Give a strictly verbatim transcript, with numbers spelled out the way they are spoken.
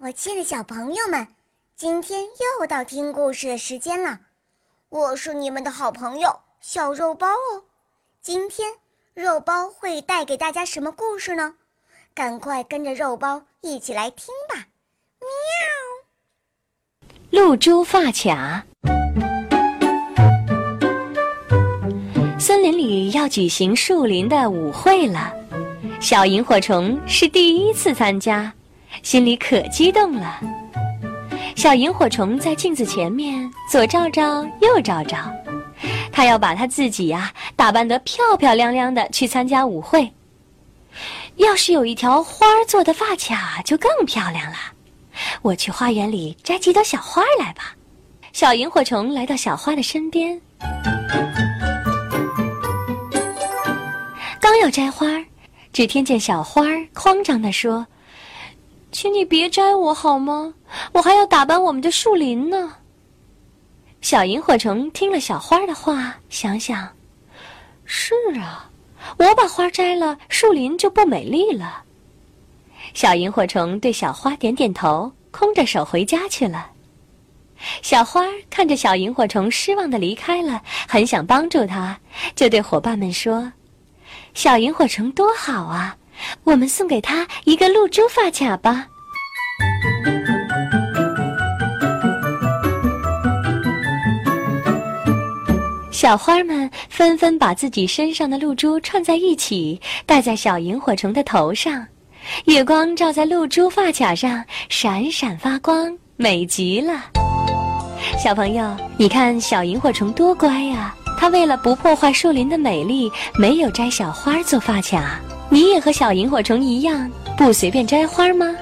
我亲爱的小朋友们，今天又到听故事的时间了。我是你们的好朋友小肉包哦。今天肉包会带给大家什么故事呢？赶快跟着肉包一起来听吧。 喵！露珠发卡。森林里要举行树林的舞会了，小萤火虫是第一次参加，心里可激动了。小萤火虫在镜子前面左照照右照照，他要把他自己呀、啊、打扮得漂漂亮亮的去参加舞会。要是有一条花做的发卡就更漂亮了，我去花园里摘几朵小花来吧。小萤火虫来到小花的身边，刚要摘花，只听见小花慌张地说：请你别摘我好吗？我还要打扮我们的树林呢。小萤火虫听了小花的话，想想，是啊，我把花摘了，树林就不美丽了。小萤火虫对小花点点头，空着手回家去了。小花看着小萤火虫失望地离开了，很想帮助他，就对伙伴们说：小萤火虫多好啊，我们送给他一个露珠发卡吧。小花们纷纷把自己身上的露珠串在一起，戴在小萤火虫的头上，月光照在露珠发卡上，闪闪发光，美极了。小朋友，你看小萤火虫多乖呀，它为了不破坏树林的美丽，没有摘小花做发卡。你也和小萤火虫一样，不随便摘花吗？